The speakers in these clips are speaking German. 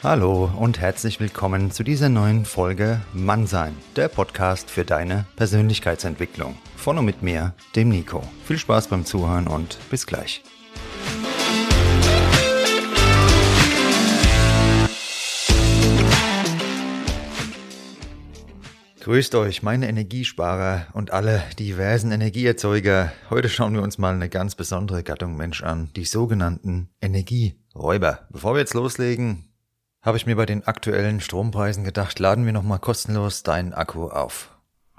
Hallo und herzlich willkommen zu dieser neuen Folge Mannsein, der Podcast für deine Persönlichkeitsentwicklung. Von und mit mir, dem Nico. Viel Spaß beim Zuhören und bis gleich. Grüßt euch, meine Energiesparer und alle diversen Energieerzeuger. Heute schauen wir uns mal eine ganz besondere Gattung Mensch an, die sogenannten Energieräuber. Bevor wir jetzt loslegen, habe ich mir bei den aktuellen Strompreisen gedacht, laden wir nochmal kostenlos deinen Akku auf.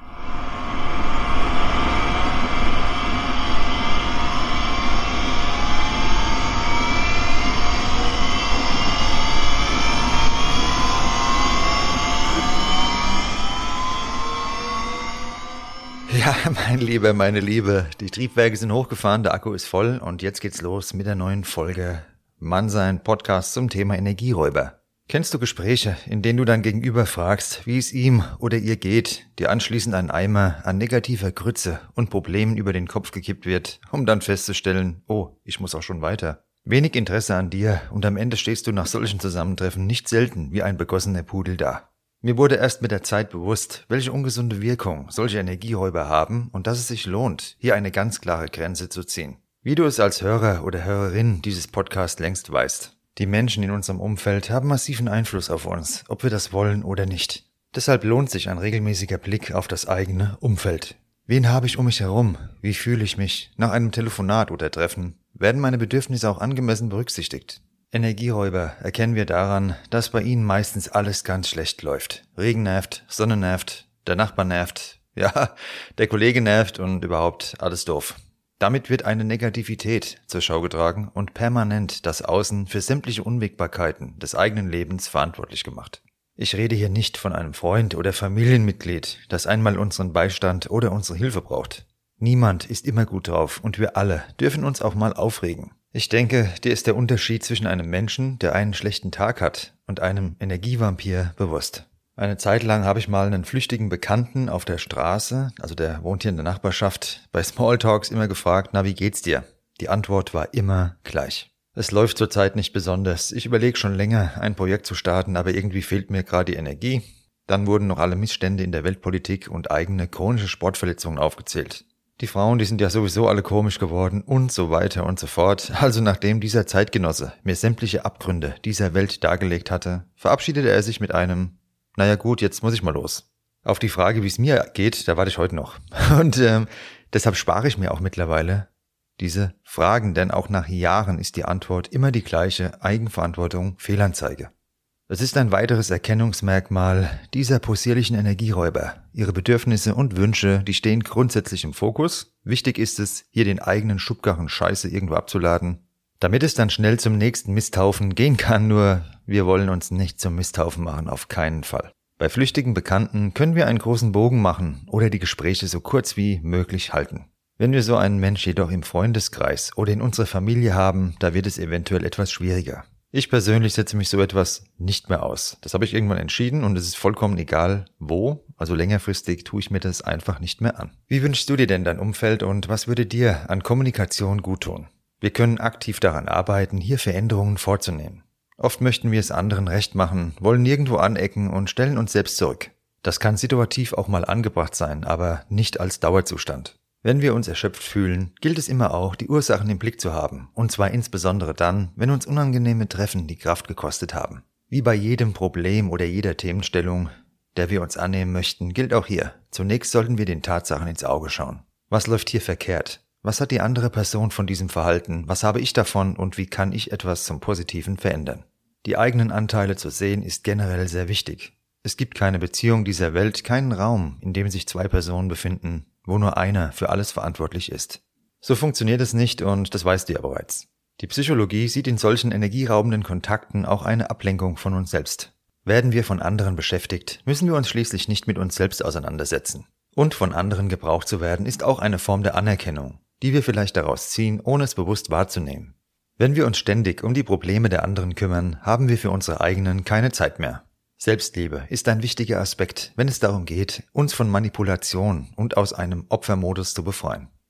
Ja, mein Lieber, meine Liebe, die Triebwerke sind hochgefahren, der Akku ist voll und jetzt geht's los mit der neuen Folge Mannsein Podcast zum Thema Energieräuber. Kennst du Gespräche, in denen du dein Gegenüber fragst, wie es ihm oder ihr geht, dir anschließend ein Eimer an negativer Grütze und Problemen über den Kopf gekippt wird, um dann festzustellen, oh, ich muss auch schon weiter. Wenig Interesse an dir und am Ende stehst du nach solchen Zusammentreffen nicht selten wie ein begossener Pudel da. Mir wurde erst mit der Zeit bewusst, welche ungesunde Wirkung solche Energieräuber haben und dass es sich lohnt, hier eine ganz klare Grenze zu ziehen. Wie du es als Hörer oder Hörerin dieses Podcasts längst weißt. Die Menschen in unserem Umfeld haben massiven Einfluss auf uns, ob wir das wollen oder nicht. Deshalb lohnt sich ein regelmäßiger Blick auf das eigene Umfeld. Wen habe ich um mich herum? Wie fühle ich mich? Nach einem Telefonat oder Treffen werden meine Bedürfnisse auch angemessen berücksichtigt. Energieräuber erkennen wir daran, dass bei ihnen meistens alles ganz schlecht läuft. Regen nervt, Sonne nervt, der Nachbar nervt, ja, der Kollege nervt und überhaupt alles doof. Damit wird eine Negativität zur Schau getragen und permanent das Außen für sämtliche Unwägbarkeiten des eigenen Lebens verantwortlich gemacht. Ich rede hier nicht von einem Freund oder Familienmitglied, das einmal unseren Beistand oder unsere Hilfe braucht. Niemand ist immer gut drauf und wir alle dürfen uns auch mal aufregen. Ich denke, dir ist der Unterschied zwischen einem Menschen, der einen schlechten Tag hat, und einem Energievampir bewusst. Eine Zeit lang habe ich mal einen flüchtigen Bekannten auf der Straße, also der wohnt hier in der Nachbarschaft, bei Smalltalks immer gefragt, na, wie geht's dir? Die Antwort war immer gleich. Es läuft zurzeit nicht besonders. Ich überlege schon länger, ein Projekt zu starten, aber irgendwie fehlt mir gerade die Energie. Dann wurden noch alle Missstände in der Weltpolitik und eigene chronische Sportverletzungen aufgezählt. Die Frauen, die sind ja sowieso alle komisch geworden und so weiter und so fort. Also nachdem dieser Zeitgenosse mir sämtliche Abgründe dieser Welt dargelegt hatte, verabschiedete er sich mit einem naja gut, jetzt muss ich mal los. Auf die Frage, wie es mir geht, da warte ich heute noch. Und deshalb spare ich mir auch mittlerweile diese Fragen, denn auch nach Jahren ist die Antwort immer die gleiche: Eigenverantwortung, Fehlanzeige. Es ist ein weiteres Erkennungsmerkmal dieser possierlichen Energieräuber. Ihre Bedürfnisse und Wünsche, die stehen grundsätzlich im Fokus. Wichtig ist es, hier den eigenen Schubkarren Scheiße irgendwo abzuladen, damit es dann schnell zum nächsten Misthaufen gehen kann, nur wir wollen uns nicht zum Misthaufen machen, auf keinen Fall. Bei flüchtigen Bekannten können wir einen großen Bogen machen oder die Gespräche so kurz wie möglich halten. Wenn wir so einen Mensch jedoch im Freundeskreis oder in unserer Familie haben, da wird es eventuell etwas schwieriger. Ich persönlich setze mich so etwas nicht mehr aus. Das habe ich irgendwann entschieden und es ist vollkommen egal wo, also längerfristig tue ich mir das einfach nicht mehr an. Wie wünschst du dir denn dein Umfeld und was würde dir an Kommunikation guttun? Wir können aktiv daran arbeiten, hier Veränderungen vorzunehmen. Oft möchten wir es anderen recht machen, wollen nirgendwo anecken und stellen uns selbst zurück. Das kann situativ auch mal angebracht sein, aber nicht als Dauerzustand. Wenn wir uns erschöpft fühlen, gilt es immer auch, die Ursachen im Blick zu haben, und zwar insbesondere dann, wenn uns unangenehme Treffen die Kraft gekostet haben. Wie bei jedem Problem oder jeder Themenstellung, der wir uns annehmen möchten, gilt auch hier. Zunächst sollten wir den Tatsachen ins Auge schauen. Was läuft hier verkehrt? Was hat die andere Person von diesem Verhalten? Was habe ich davon und wie kann ich etwas zum Positiven verändern? Die eigenen Anteile zu sehen ist generell sehr wichtig. Es gibt keine Beziehung dieser Welt, keinen Raum, in dem sich zwei Personen befinden, wo nur einer für alles verantwortlich ist. So funktioniert es nicht und das weißt du ja bereits. Die Psychologie sieht in solchen energieraubenden Kontakten auch eine Ablenkung von uns selbst. Werden wir von anderen beschäftigt, müssen wir uns schließlich nicht mit uns selbst auseinandersetzen. Und von anderen gebraucht zu werden, ist auch eine Form der Anerkennung, die wir vielleicht daraus ziehen, ohne es bewusst wahrzunehmen. Wenn wir uns ständig um die Probleme der anderen kümmern, haben wir für unsere eigenen keine Zeit mehr. Selbstliebe ist ein wichtiger Aspekt, wenn es darum geht, uns von Manipulation und aus einem Opfermodus zu befreien.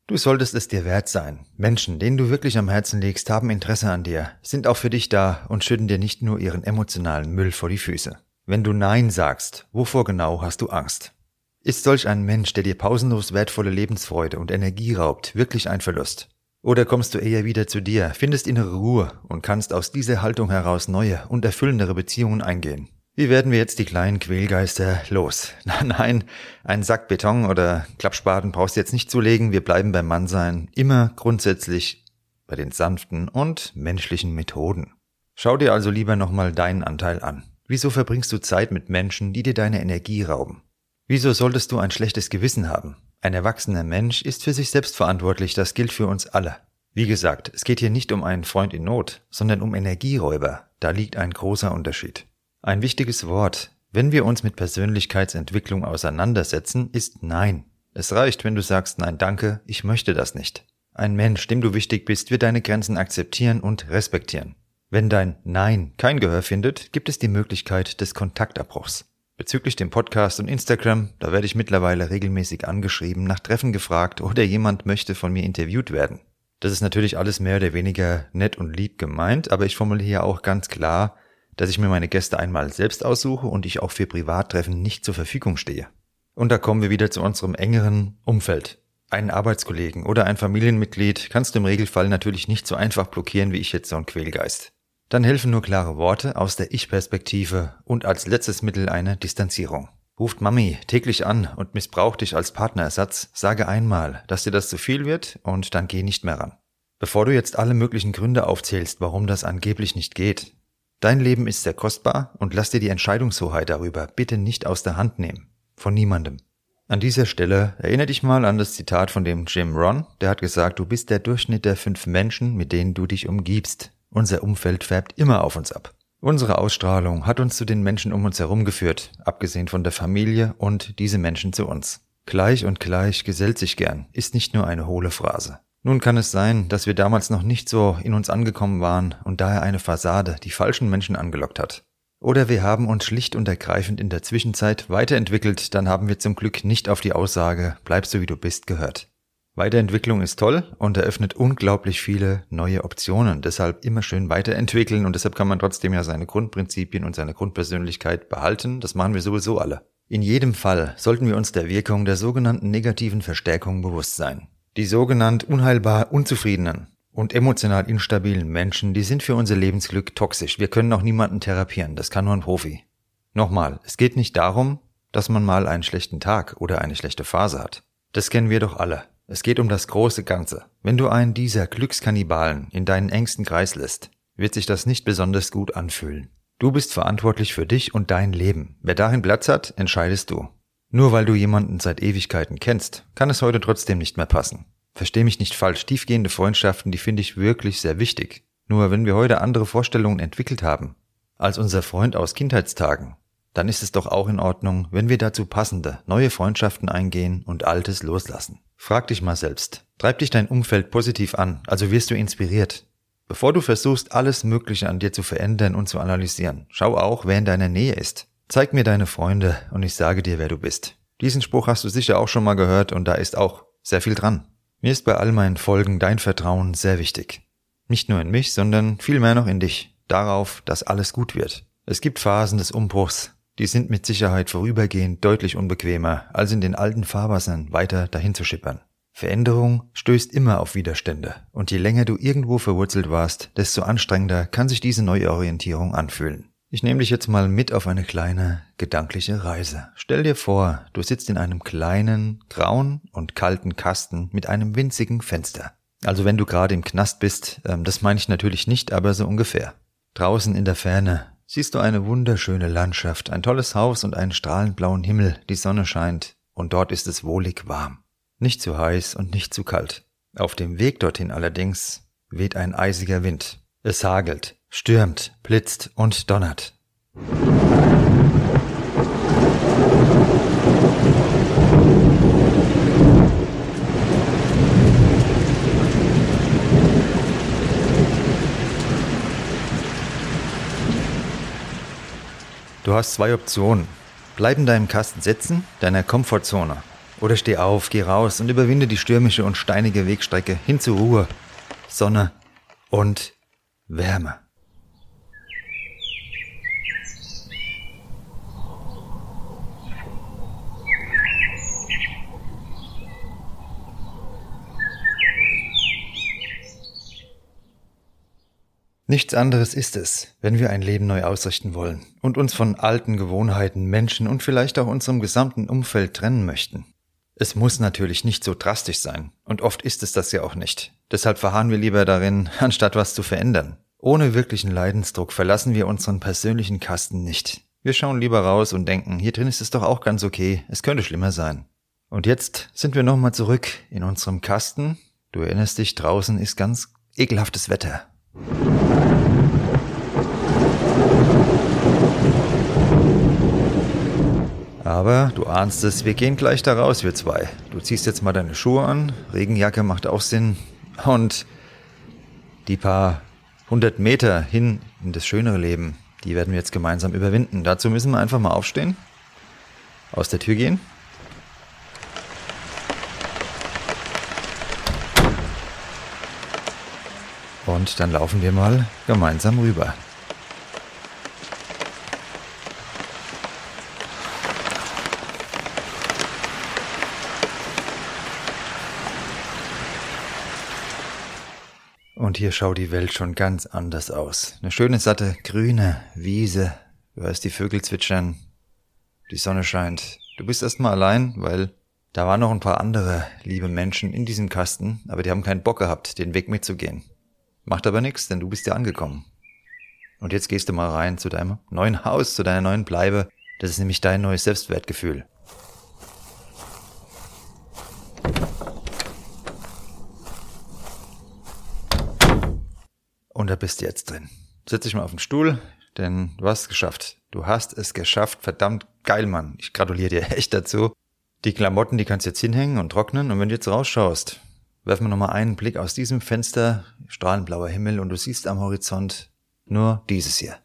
Du solltest es dir wert sein. Menschen, denen du wirklich am Herzen legst, haben Interesse an dir, sind auch für dich da und schütten dir nicht nur ihren emotionalen Müll vor die Füße. Wenn du Nein sagst, wovor genau hast du Angst? Ist solch ein Mensch, der dir pausenlos wertvolle Lebensfreude und Energie raubt, wirklich ein Verlust? Oder kommst du eher wieder zu dir, findest innere Ruhe und kannst aus dieser Haltung heraus neue und erfüllendere Beziehungen eingehen? Wie werden wir jetzt die kleinen Quälgeister los? Nein, einen Sack Beton oder Klappspaten brauchst du jetzt nicht zulegen, wir bleiben beim Mannsein, immer grundsätzlich bei den sanften und menschlichen Methoden. Schau dir also lieber nochmal deinen Anteil an. Wieso verbringst du Zeit mit Menschen, die dir deine Energie rauben? Wieso solltest du ein schlechtes Gewissen haben? Ein erwachsener Mensch ist für sich selbst verantwortlich, das gilt für uns alle. Wie gesagt, es geht hier nicht um einen Freund in Not, sondern um Energieräuber, da liegt ein großer Unterschied. Ein wichtiges Wort, wenn wir uns mit Persönlichkeitsentwicklung auseinandersetzen, ist Nein. Es reicht, wenn du sagst Nein, danke, ich möchte das nicht. Ein Mensch, dem du wichtig bist, wird deine Grenzen akzeptieren und respektieren. Wenn dein Nein kein Gehör findet, gibt es die Möglichkeit des Kontaktabbruchs. Bezüglich dem Podcast und Instagram, da werde ich mittlerweile regelmäßig angeschrieben, nach Treffen gefragt oder jemand möchte von mir interviewt werden. Das ist natürlich alles mehr oder weniger nett und lieb gemeint, aber ich formuliere auch ganz klar, dass ich mir meine Gäste einmal selbst aussuche und ich auch für Privattreffen nicht zur Verfügung stehe. Und da kommen wir wieder zu unserem engeren Umfeld. Einen Arbeitskollegen oder ein Familienmitglied kannst du im Regelfall natürlich nicht so einfach blockieren wie ich jetzt so ein Quälgeist. Dann helfen nur klare Worte aus der Ich-Perspektive und als letztes Mittel eine Distanzierung. Ruft Mami täglich an und missbraucht dich als Partnerersatz, sage einmal, dass dir das zu viel wird und dann geh nicht mehr ran. Bevor du jetzt alle möglichen Gründe aufzählst, warum das angeblich nicht geht, dein Leben ist sehr kostbar und lass dir die Entscheidungshoheit darüber bitte nicht aus der Hand nehmen. Von niemandem. An dieser Stelle erinnere dich mal an das Zitat von dem Jim Rohn, der hat gesagt, du bist der Durchschnitt der 5 Menschen, mit denen du dich umgibst. Unser Umfeld färbt immer auf uns ab. Unsere Ausstrahlung hat uns zu den Menschen um uns herum geführt, abgesehen von der Familie und diese Menschen zu uns. Gleich und gleich gesellt sich gern, ist nicht nur eine hohle Phrase. Nun kann es sein, dass wir damals noch nicht so in uns angekommen waren und daher eine Fassade die falschen Menschen angelockt hat. Oder wir haben uns schlicht und ergreifend in der Zwischenzeit weiterentwickelt, dann haben wir zum Glück nicht auf die Aussage, bleib so wie du bist, gehört. Weiterentwicklung ist toll und eröffnet unglaublich viele neue Optionen. Deshalb immer schön weiterentwickeln und deshalb kann man trotzdem ja seine Grundprinzipien und seine Grundpersönlichkeit behalten. Das machen wir sowieso alle. In jedem Fall sollten wir uns der Wirkung der sogenannten negativen Verstärkung bewusst sein. Die sogenannt unheilbar unzufriedenen und emotional instabilen Menschen, die sind für unser Lebensglück toxisch. Wir können auch niemanden therapieren, das kann nur ein Profi. Nochmal, es geht nicht darum, dass man mal einen schlechten Tag oder eine schlechte Phase hat. Das kennen wir doch alle. Es geht um das große Ganze. Wenn du einen dieser Glückskannibalen in deinen engsten Kreis lässt, wird sich das nicht besonders gut anfühlen. Du bist verantwortlich für dich und dein Leben. Wer darin Platz hat, entscheidest du. Nur weil du jemanden seit Ewigkeiten kennst, kann es heute trotzdem nicht mehr passen. Versteh mich nicht falsch, tiefgehende Freundschaften, die finde ich wirklich sehr wichtig. Nur wenn wir heute andere Vorstellungen entwickelt haben als unser Freund aus Kindheitstagen, dann ist es doch auch in Ordnung, wenn wir dazu passende, neue Freundschaften eingehen und Altes loslassen. Frag dich mal selbst, treibt dich dein Umfeld positiv an, also wirst du inspiriert. Bevor du versuchst, alles Mögliche an dir zu verändern und zu analysieren, schau auch, wer in deiner Nähe ist. Zeig mir deine Freunde und ich sage dir, wer du bist. Diesen Spruch hast du sicher auch schon mal gehört und da ist auch sehr viel dran. Mir ist bei all meinen Folgen dein Vertrauen sehr wichtig. Nicht nur in mich, sondern vielmehr noch in dich. Darauf, dass alles gut wird. Es gibt Phasen des Umbruchs. Die sind mit Sicherheit vorübergehend deutlich unbequemer, als in den alten Fahrwassern weiter dahin zu schippern. Veränderung stößt immer auf Widerstände und je länger du irgendwo verwurzelt warst, desto anstrengender kann sich diese Neuorientierung anfühlen. Ich nehme dich jetzt mal mit auf eine kleine gedankliche Reise. Stell dir vor, du sitzt in einem kleinen, grauen und kalten Kasten mit einem winzigen Fenster. Also wenn du gerade im Knast bist, das meine ich natürlich nicht, aber so ungefähr. Draußen in der Ferne siehst du eine wunderschöne Landschaft, ein tolles Haus und einen strahlend blauen Himmel, die Sonne scheint und dort ist es wohlig warm. Nicht zu heiß und nicht zu kalt. Auf dem Weg dorthin allerdings weht ein eisiger Wind. Es hagelt, stürmt, blitzt und donnert. Du hast 2 Optionen. Bleib in deinem Kasten sitzen, deiner Komfortzone. Oder steh auf, geh raus und überwinde die stürmische und steinige Wegstrecke hin zu Ruhe, Sonne und Wärme. Nichts anderes ist es, wenn wir ein Leben neu ausrichten wollen und uns von alten Gewohnheiten, Menschen und vielleicht auch unserem gesamten Umfeld trennen möchten. Es muss natürlich nicht so drastisch sein und oft ist es das ja auch nicht. Deshalb verharren wir lieber darin, anstatt was zu verändern. Ohne wirklichen Leidensdruck verlassen wir unseren persönlichen Kasten nicht. Wir schauen lieber raus und denken, hier drin ist es doch auch ganz okay, es könnte schlimmer sein. Und jetzt sind wir nochmal zurück in unserem Kasten. Du erinnerst dich, draußen ist ganz ekelhaftes Wetter. Aber du ahnst es, wir gehen gleich da raus, wir zwei. Du ziehst jetzt mal deine Schuhe an, Regenjacke macht auch Sinn. Und die paar 100 Meter hin in das schönere Leben, die werden wir jetzt gemeinsam überwinden. Dazu müssen wir einfach mal aufstehen, aus der Tür gehen. Und dann laufen wir mal gemeinsam rüber. Und hier schaut die Welt schon ganz anders aus. Eine schöne, satte, grüne Wiese. Du hörst die Vögel zwitschern. Die Sonne scheint. Du bist erstmal allein, weil da waren noch ein paar andere liebe Menschen in diesem Kasten, aber die haben keinen Bock gehabt, den Weg mitzugehen. Macht aber nichts, denn du bist ja angekommen. Und jetzt gehst du mal rein zu deinem neuen Haus, zu deiner neuen Bleibe. Das ist nämlich dein neues Selbstwertgefühl. Und da bist du jetzt drin. Setz dich mal auf den Stuhl, denn du hast es geschafft. Du hast es geschafft. Verdammt geil, Mann. Ich gratuliere dir echt dazu. Die Klamotten, die kannst du jetzt hinhängen und trocknen. Und wenn du jetzt rausschaust, werfen wir nochmal einen Blick aus diesem Fenster, strahlend blauer Himmel, und du siehst am Horizont nur dieses hier.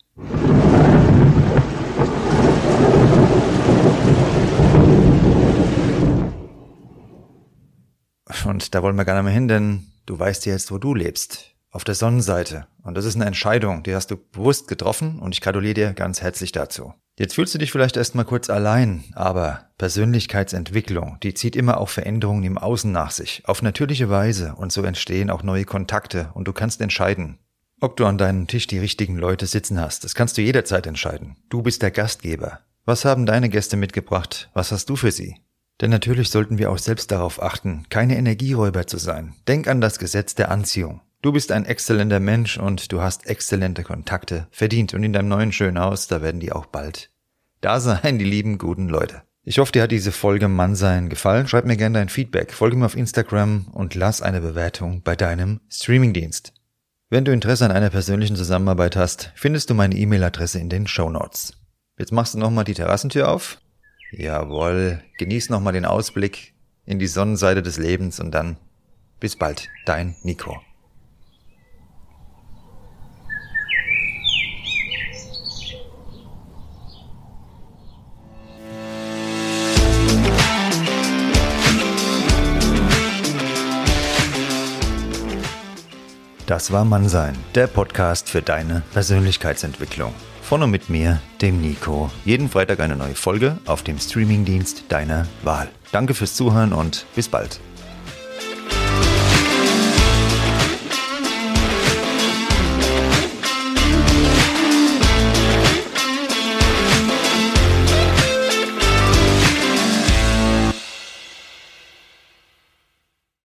Und da wollen wir gar nicht mehr hin, denn du weißt ja jetzt, wo du lebst. Auf der Sonnenseite. Und das ist eine Entscheidung, die hast du bewusst getroffen und ich gratuliere dir ganz herzlich dazu. Jetzt fühlst du dich vielleicht erstmal kurz allein, aber Persönlichkeitsentwicklung, die zieht immer auch Veränderungen im Außen nach sich, auf natürliche Weise, und so entstehen auch neue Kontakte und du kannst entscheiden, ob du an deinem Tisch die richtigen Leute sitzen hast. Das kannst du jederzeit entscheiden. Du bist der Gastgeber. Was haben deine Gäste mitgebracht? Was hast du für sie? Denn natürlich sollten wir auch selbst darauf achten, keine Energieräuber zu sein. Denk an das Gesetz der Anziehung. Du bist ein exzellenter Mensch und du hast exzellente Kontakte verdient. Und in deinem neuen schönen Haus, da werden die auch bald da sein, die lieben, guten Leute. Ich hoffe, dir hat diese Folge Mannsein gefallen. Schreib mir gerne dein Feedback, folge mir auf Instagram und lass eine Bewertung bei deinem Streamingdienst. Wenn du Interesse an einer persönlichen Zusammenarbeit hast, findest du meine E-Mail-Adresse in den Shownotes. Jetzt machst du nochmal die Terrassentür auf. Jawohl, genieß nochmal den Ausblick in die Sonnenseite des Lebens und dann bis bald, dein Nico. Das war Mannsein, der Podcast für deine Persönlichkeitsentwicklung. Von und mit mir, dem Nico. Jeden Freitag eine neue Folge auf dem Streamingdienst deiner Wahl. Danke fürs Zuhören und bis bald.